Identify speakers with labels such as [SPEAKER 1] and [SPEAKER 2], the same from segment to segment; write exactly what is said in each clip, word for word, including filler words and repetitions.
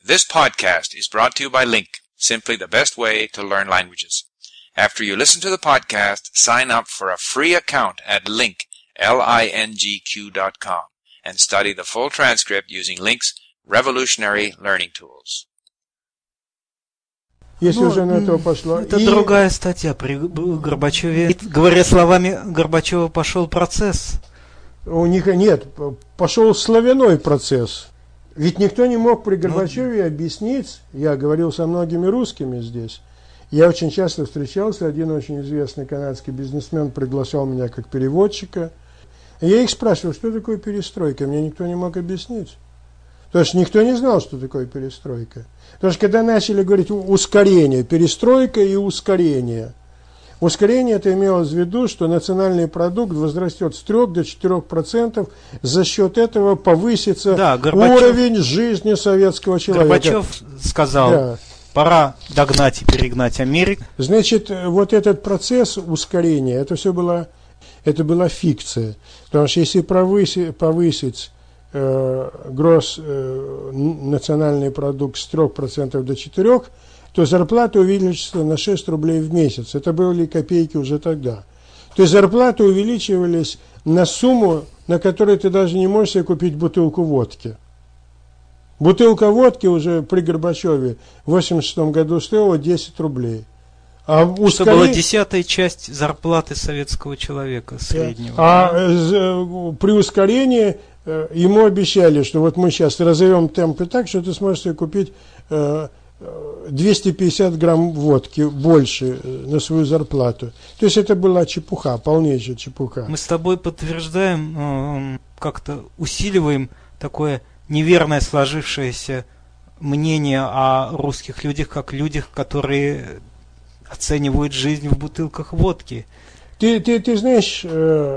[SPEAKER 1] This podcast is brought to you by Link, simply the best way to learn languages. After you listen to the podcast, sign up for a free account at Link, L I N G Q dot com, and study the full transcript using Link's revolutionary learning tools.
[SPEAKER 2] Если ну, уже на то пошло.
[SPEAKER 3] Это
[SPEAKER 2] и...
[SPEAKER 3] другая статья при Горбачеве. Говоря словами Горбачева, пошел процесс.
[SPEAKER 2] У них нет, пошел славяной процесс. Ведь никто не мог при Горбачеве ну, объяснить, я говорил со многими русскими здесь, я очень часто встречался, один очень известный канадский бизнесмен приглашал меня как переводчика. Я их спрашивал, что такое перестройка, мне никто не мог объяснить. Потому что никто не знал, что такое перестройка. Потому что когда начали говорить ускорение, перестройка и ускорение. Ускорение это имелось в виду, что национальный продукт возрастет с трёх до четырёх процентов, за счет этого повысится да, Горбачев, уровень жизни советского человека.
[SPEAKER 3] Горбачев сказал, да. Пора догнать и перегнать Америку.
[SPEAKER 2] Значит, вот этот процесс ускорения, это все было, это была фикция. Потому что если повысить, повысить э, гросс э, национальный продукт с трёх процентов до четырёх процентов, то зарплата увеличится на шесть рублей в месяц. Это были копейки уже тогда. То есть зарплаты увеличивались на сумму, на которой ты даже не можешь себе купить бутылку водки. Бутылка водки уже при Горбачеве в восемьдесят шестом году стоила десять рублей. А ускорение...
[SPEAKER 3] Что была десятая часть зарплаты советского человека среднего.
[SPEAKER 2] А да? При ускорении ему обещали, что вот мы сейчас разовьем темпы так, что ты сможешь себе купить двести пятьдесят грамм водки больше на свою зарплату. То есть это была чепуха, полнейшая чепуха.
[SPEAKER 3] Мы с тобой подтверждаем, как-то усиливаем такое неверное сложившееся мнение о русских людях, как людях, которые оценивают жизнь в бутылках водки.
[SPEAKER 2] Ты, ты, ты знаешь,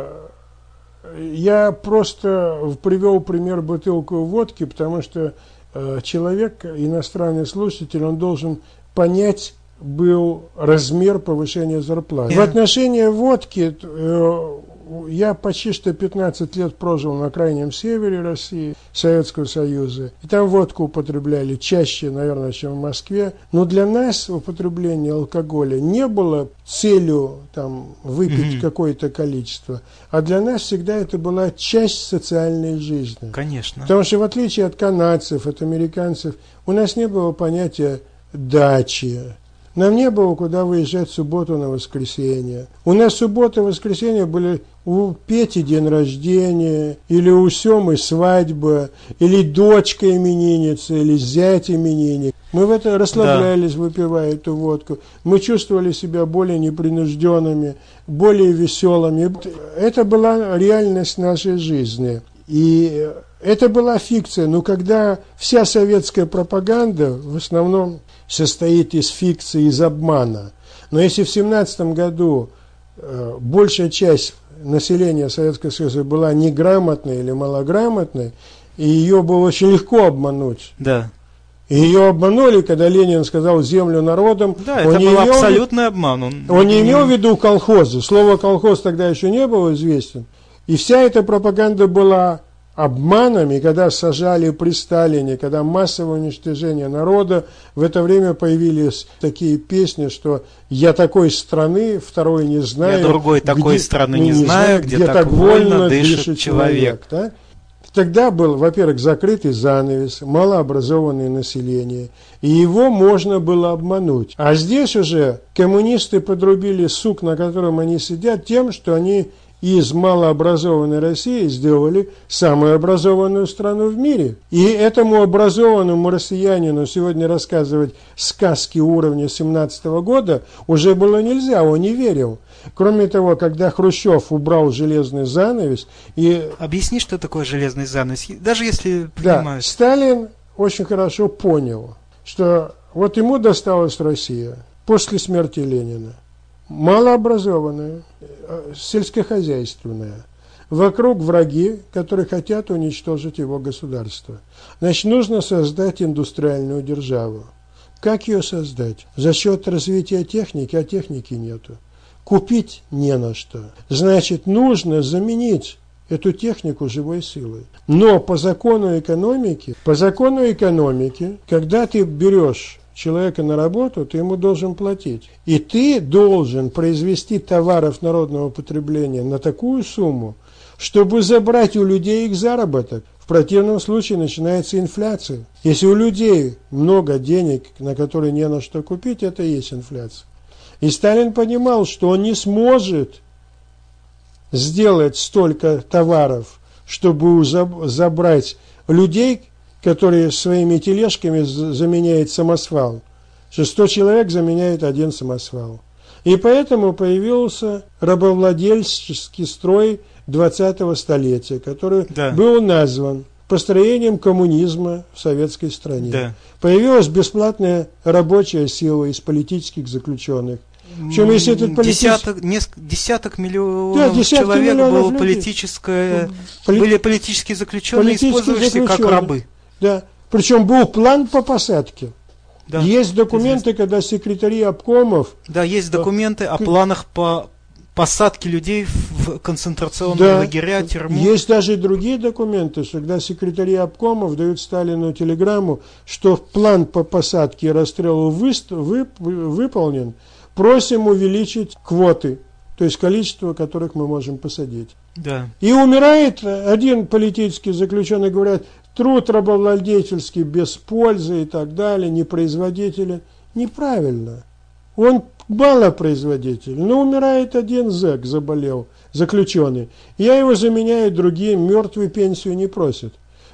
[SPEAKER 2] я просто привел пример бутылку водки, потому что человек, иностранный слушатель, он должен понять был размер повышения зарплаты. В отношении водки я почти что пятнадцать лет прожил на крайнем севере России, Советского Союза. И там водку употребляли чаще, наверное, чем в Москве. Но для нас употребление алкоголя не было целью там, выпить mm-hmm. какое-то количество. А для нас всегда это была часть социальной жизни.
[SPEAKER 3] Конечно.
[SPEAKER 2] Потому что в отличие от канадцев, от американцев, у нас не было понятия дачи. Нам не было куда выезжать в субботу на воскресенье. У нас суббота и воскресенье были у Пети день рождения, или у Семы свадьба, или дочка именинница, или зять именинник. Мы в это расслаблялись, да. выпивая эту водку. Мы чувствовали себя более непринужденными, более веселыми. Это была реальность нашей жизни. И это была фикция. Но когда вся советская пропаганда в основном состоит из фикции, из обмана. Но если в семнадцатом году э, большая часть населения Советского Союза была неграмотной или малограмотной, и ее было очень легко обмануть.
[SPEAKER 3] Да.
[SPEAKER 2] И ее обманули, когда Ленин сказал «землю народам».
[SPEAKER 3] Да, он это был абсолютный в... обман. Он,
[SPEAKER 2] он не имел в виду колхозы. Слово «колхоз» тогда еще не было известен. И вся эта пропаганда была обманами, когда сажали при Сталине, когда массовое уничтожение народа, в это время появились такие песни, что «я такой страны, второй не знаю».
[SPEAKER 3] «Я другой такой
[SPEAKER 2] где,
[SPEAKER 3] страны не, не знаю, где, где так, так вольно дышит, дышит человек». человек да? Тогда был, во-первых, закрытый занавес, малообразованное население, и его можно было обмануть. А здесь уже коммунисты подрубили сук, на котором они сидят, тем, что они из малообразованной России сделали самую образованную страну в мире. И этому образованному россиянину сегодня рассказывать сказки уровня семнадцатого года уже было нельзя, он не верил. Кроме того, когда Хрущев убрал железный занавес и... Объясни, что такое железный занавес, даже если понимаешь.
[SPEAKER 2] Да, Сталин очень хорошо понял, что вот ему досталась Россия после смерти Ленина. Малообразованная, сельскохозяйственная. Вокруг враги, которые хотят уничтожить его государство. Значит, нужно создать индустриальную державу. Как ее создать? За счет развития техники, а техники нету. Купить не на что. Значит, нужно заменить эту технику живой силой. Но по закону экономики, по закону экономики, когда ты берешь человека на работу, ты ему должен платить. И ты должен произвести товаров народного потребления на такую сумму, чтобы забрать у людей их заработок. В противном случае начинается инфляция. Если у людей много денег, на которые не на что купить, это и есть инфляция. И Сталин понимал, что он не сможет сделать столько товаров, чтобы забрать людей, которые своими тележками заменяют самосвал. Что сто человек заменяет один самосвал. И поэтому появился рабовладельческий строй двадцатого столетия, который да. был назван построением коммунизма в советской стране. Да. Появилась бесплатная рабочая сила из политических заключенных. Причем, если этот политический...
[SPEAKER 4] десяток, несколько, десяток миллионов да, человек миллионов было политическое, Поли... были политические заключенные, использовавшиеся как рабы.
[SPEAKER 2] Да. Причем был план по посадке. Да. Есть документы, когда секретари обкомов...
[SPEAKER 4] Да, есть документы о планах по посадке людей в концентрационные да. лагеря, тюрьму.
[SPEAKER 2] Есть даже и другие документы, что когда секретари обкомов дают Сталину телеграмму, что план по посадке и расстрелу выст... вып... выполнен, просим увеличить квоты, то есть количество, которых мы можем посадить.
[SPEAKER 4] Да.
[SPEAKER 2] И умирает один политический заключенный, говорят, труд рабовладельческий без пользы и так далее, непроизводителен. Неправильно. Он малопроизводитель, но умирает один зэк, заболел, заключенный. Я его заменяю другим, мертвый пенсию не просит.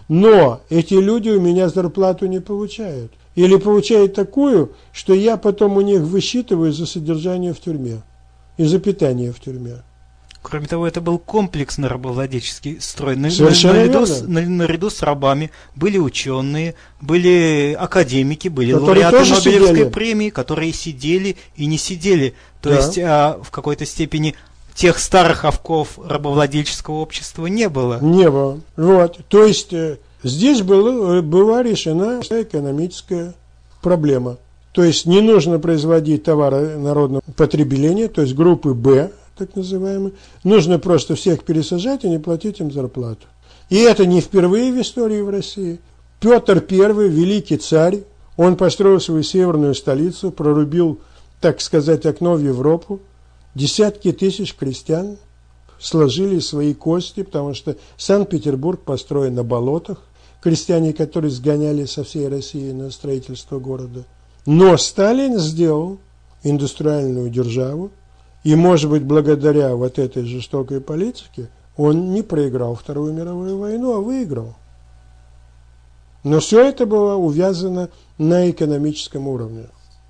[SPEAKER 2] Но эти люди у меня зарплату не получают. Или получают такую, что я потом у них высчитываю за содержание в тюрьме и за питание в тюрьме.
[SPEAKER 4] Кроме того, это был комплексный рабовладельческий строй. На, наряду, с, на, наряду с рабами были ученые, были академики, были которые лауреаты Нобелевской сидели. премии, которые сидели и не сидели. То да. есть а, в какой-то степени тех старых овков рабовладельческого общества не было.
[SPEAKER 2] Не было. Вот. То есть э, здесь было, была решена экономическая проблема. То есть не нужно производить товары народного потребления, то есть группы Б, так называемые. Нужно просто всех пересажать и не платить им зарплату. И это не впервые в истории в России. Петр Первый, великий царь, он построил свою северную столицу, прорубил, так сказать, окно в Европу. Десятки тысяч крестьян сложили свои кости, потому что Санкт-Петербург построен на болотах. Крестьяне, которые сгоняли со всей России на строительство города. Но Сталин сделал индустриальную державу. И, может быть, благодаря вот этой жестокой политике он не проиграл Вторую мировую войну, а выиграл. Но все это было увязано на экономическом уровне.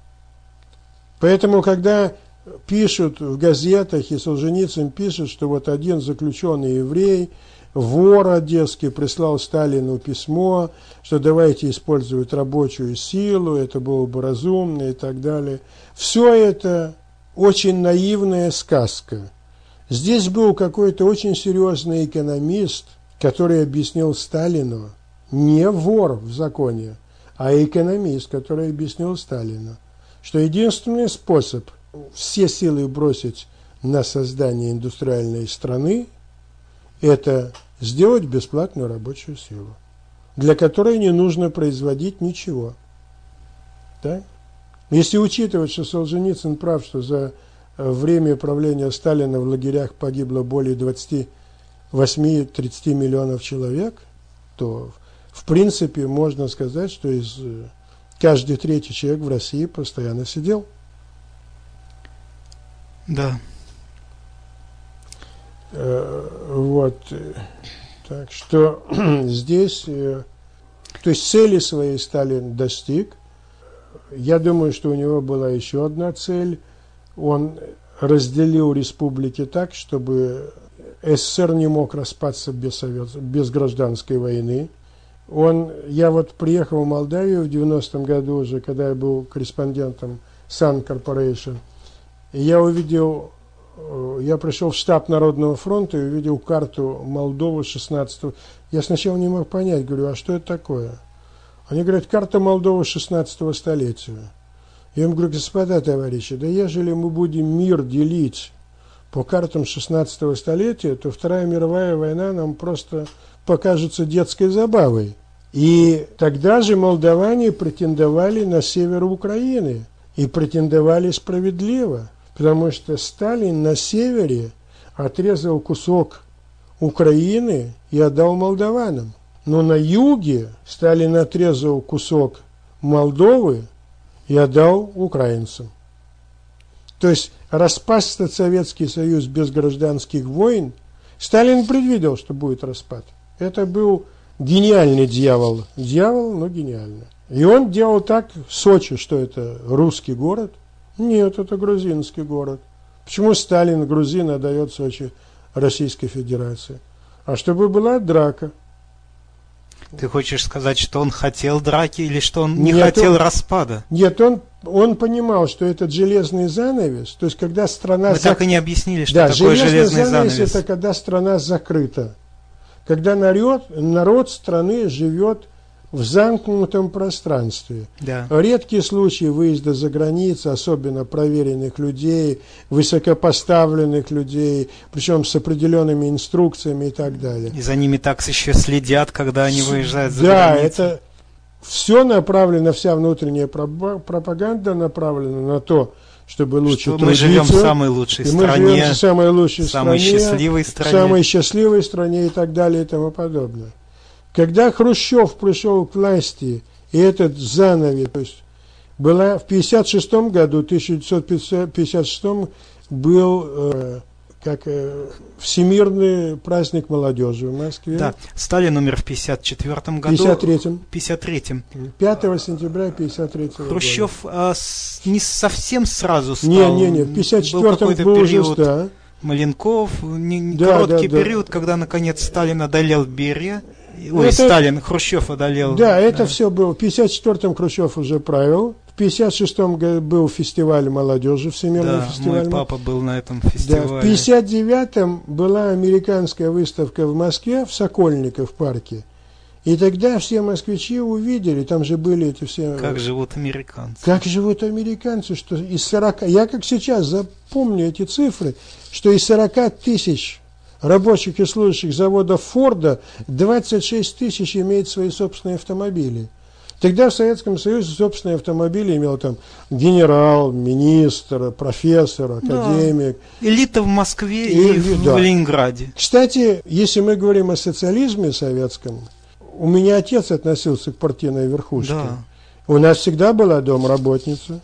[SPEAKER 2] Поэтому, когда пишут в газетах, и Солженицын пишет, что вот один заключенный еврей, вор одесский, прислал Сталину письмо, что давайте использовать рабочую силу, это было бы разумно и так далее. Все это... очень наивная сказка. Здесь был какой-то очень серьезный экономист, который объяснил Сталину, не вор в законе, а экономист, который объяснил Сталину, что единственный способ все силы бросить на создание индустриальной страны – это сделать бесплатную рабочую силу, для которой не нужно производить ничего. Так? Если учитывать, что Солженицын прав, что за время правления Сталина в лагерях погибло более двадцати восьми - тридцати миллионов человек, то в принципе можно сказать, что из каждый третий человек в России постоянно сидел.
[SPEAKER 4] Да.
[SPEAKER 2] Вот. Так что здесь, то есть цели своей Сталин достиг. Я думаю, что у него была еще одна цель. Он разделил республики так, чтобы СССР не мог распасться без, совет, без гражданской войны. Он, я вот приехал в Молдавию в девяностом году уже, когда я был корреспондентом Sun Corporation, и я увидел, я пришел в штаб Народного фронта и увидел карту Молдовы шестнадцатого. Я сначала не мог понять, говорю, а что это такое? Они говорят, карта Молдовы шестнадцатого столетия. Я им говорю, господа товарищи, да ежели мы будем мир делить по картам шестнадцатого столетия, то Вторая мировая война нам просто покажется детской забавой. И тогда же молдаване претендовали на север Украины. И претендовали справедливо, потому что Сталин на севере отрезал кусок Украины и отдал молдаванам. Но на юге Сталин отрезал кусок Молдовы и отдал украинцам. То есть распасться Советский Союз без гражданских войн, Сталин предвидел, что будет распад. Это был гениальный дьявол. Дьявол, но гениальный. И он делал так, Сочи, что это русский город? Нет, это грузинский город. Почему Сталин, грузин, отдает Сочи Российской Федерации? А чтобы была драка.
[SPEAKER 4] Ты хочешь сказать, что он хотел драки или что он не нет, хотел он, распада?
[SPEAKER 2] Нет, он, он понимал, что этот железный занавес, то есть когда страна...
[SPEAKER 4] Мы зак... так и не объяснили, что да, такое железный, железный занавес.
[SPEAKER 2] занавес. Это когда страна закрыта. Когда народ, народ страны живет в замкнутом пространстве.
[SPEAKER 4] Да.
[SPEAKER 2] Редкие случаи выезда за границу, особенно проверенных людей, высокопоставленных людей, причем с определенными инструкциями и так далее.
[SPEAKER 4] И за ними так еще следят, когда они выезжают за
[SPEAKER 2] да,
[SPEAKER 4] границу.
[SPEAKER 2] Да, это все направлено, вся внутренняя пропаганда направлена на то, чтобы лучше
[SPEAKER 4] что
[SPEAKER 2] трудиться.
[SPEAKER 4] Мы живем в самой лучшей
[SPEAKER 2] и
[SPEAKER 4] стране,
[SPEAKER 2] мы живем в самой лучшей
[SPEAKER 4] самой
[SPEAKER 2] стране,
[SPEAKER 4] счастливой стране,
[SPEAKER 2] самой счастливой стране и так далее и тому подобное. Когда Хрущев пришел к власти, и этот занавес, то есть была в пятьдесят шестом году, тысяча девятьсот пятьдесят шестом был э, как э, Всемирный праздник молодежи в Москве.
[SPEAKER 4] Да, Сталин умер в пятьдесят четвёртом году.
[SPEAKER 2] пятьдесят третьем.
[SPEAKER 4] пятьдесят третьем.
[SPEAKER 2] пятого сентября пятьдесят третьего
[SPEAKER 4] Хрущев а, с, не совсем сразу стал.
[SPEAKER 2] Не, не, не, в пятьдесят четвёртом был, был уже, да.
[SPEAKER 4] Маленков, не,
[SPEAKER 2] да,
[SPEAKER 4] короткий
[SPEAKER 2] да,
[SPEAKER 4] период,
[SPEAKER 2] да.
[SPEAKER 4] когда наконец Сталин одолел Берия. Ой, это, Сталин, Хрущев одолел.
[SPEAKER 2] Да, это да. все было. В пятьдесят четвёртом Хрущев уже правил. В пятьдесят шестом был фестиваль молодежи, Всемирный
[SPEAKER 4] да,
[SPEAKER 2] фестиваль.
[SPEAKER 4] Мой папа был на этом фестивале.
[SPEAKER 2] Да, в пятьдесят девятом была американская выставка в Москве, в Сокольниках парке. И тогда все москвичи увидели, там же были эти все...
[SPEAKER 4] Как живут американцы.
[SPEAKER 2] Как живут американцы, что из сорока... Я как сейчас запомню эти цифры, что из сорока тысяч рабочих и служащих завода Форда двадцать шесть тысяч имеют свои собственные автомобили. Тогда в Советском Союзе собственные автомобили имел там генерал, министр, профессор, академик.
[SPEAKER 4] Да. Элита в Москве и, и в да. Ленинграде.
[SPEAKER 2] Кстати, если мы говорим о социализме советском, у меня отец относился к партийной верхушке.
[SPEAKER 4] Да.
[SPEAKER 2] У нас всегда была домработница.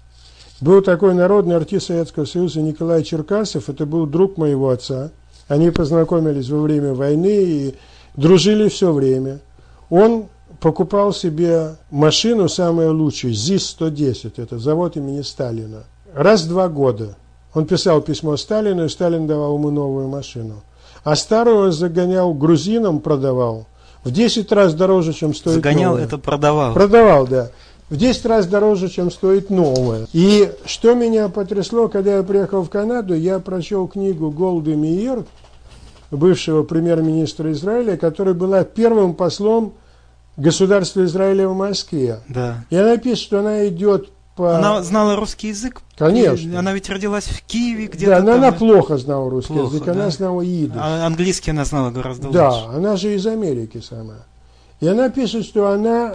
[SPEAKER 2] Был такой народный артист Советского Союза Николай Черкасов, это был друг моего отца. Они познакомились во время войны и дружили все время. Он покупал себе машину самую лучшую, ЗИС сто десять, это завод имени Сталина. Раз в два года он писал письмо Сталину, и Сталин давал ему новую машину. А старую он загонял грузинам, продавал. В десять раз дороже, чем стоит
[SPEAKER 4] Загонял,
[SPEAKER 2] новая.
[SPEAKER 4] Это продавал.
[SPEAKER 2] Продавал, да. В десять раз дороже, чем стоит новая. И что меня потрясло, когда я приехал в Канаду, я прочел книгу Голды Меир, бывшего премьер-министра Израиля, которая была первым послом государства Израиля в Москве.
[SPEAKER 4] Да.
[SPEAKER 2] И она пишет, что она идет по...
[SPEAKER 4] Она знала русский язык?
[SPEAKER 2] Конечно.
[SPEAKER 4] Она ведь родилась в Киеве где-то.
[SPEAKER 2] Да, но
[SPEAKER 4] там.
[SPEAKER 2] она плохо знала русский
[SPEAKER 4] плохо,
[SPEAKER 2] язык,
[SPEAKER 4] да?
[SPEAKER 2] она знала идиш.
[SPEAKER 4] А английский она знала гораздо
[SPEAKER 2] да,
[SPEAKER 4] лучше.
[SPEAKER 2] Да, она же из Америки сама. И она пишет, что она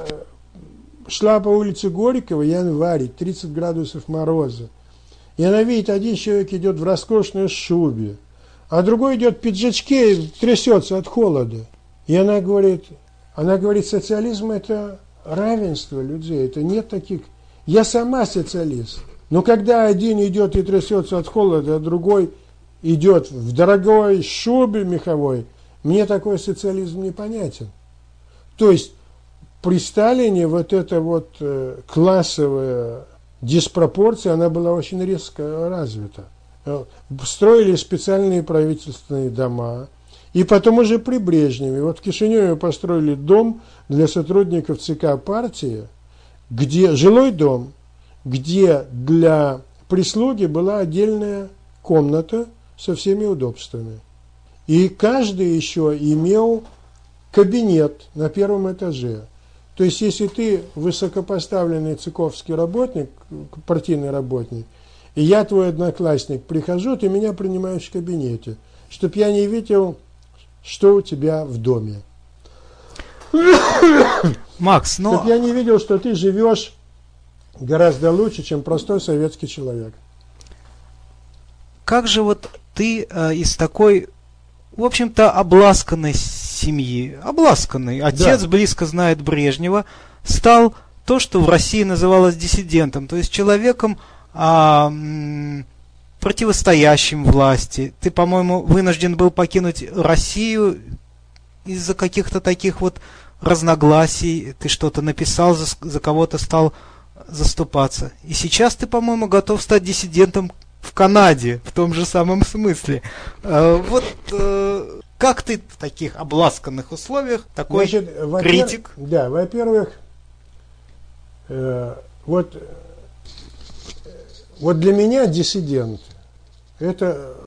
[SPEAKER 2] шла по улице Горького, январь, тридцать градусов мороза. И она видит, один человек идет в роскошной шубе, а другой идет в пиджачке и трясется от холода. И она говорит, она говорит, социализм – это равенство людей, это нет таких. Я сама социалист. Но когда один идет и трясется от холода, а другой идет в дорогой шубе меховой, мне такой социализм непонятен. То есть при Сталине вот эта вот э, классовая диспропорция, она была очень резко развита. Строили специальные правительственные дома. И потом уже при Брежневе, вот в Кишиневе построили дом для сотрудников ЦК партии, где жилой дом, где для прислуги была отдельная комната со всеми удобствами. И каждый еще имел кабинет на первом этаже. То есть, если ты высокопоставленный цыковский работник, партийный работник, и я твой одноклассник, прихожу, ты меня принимаешь в кабинете, чтоб я не видел, что у тебя в доме.
[SPEAKER 4] Макс, но...
[SPEAKER 2] Чтоб я не видел, что ты живешь гораздо лучше, чем простой советский человек.
[SPEAKER 4] Как же вот ты э, из такой, в общем-то, обласканной семьи, обласканный, отец да. близко знает Брежнева, стал то, что в России называлось диссидентом, то есть человеком, а, м, противостоящим власти. Ты, по-моему, вынужден был покинуть Россию из-за каких-то таких вот разногласий, ты что-то написал, за, за кого-то стал заступаться. И сейчас ты, по-моему, готов стать диссидентом в Канаде, в том же самом смысле. Э, вот э, как ты в таких обласканных условиях, такой Значит, критик?
[SPEAKER 2] Да, во-первых, э, вот, вот для меня диссидент – это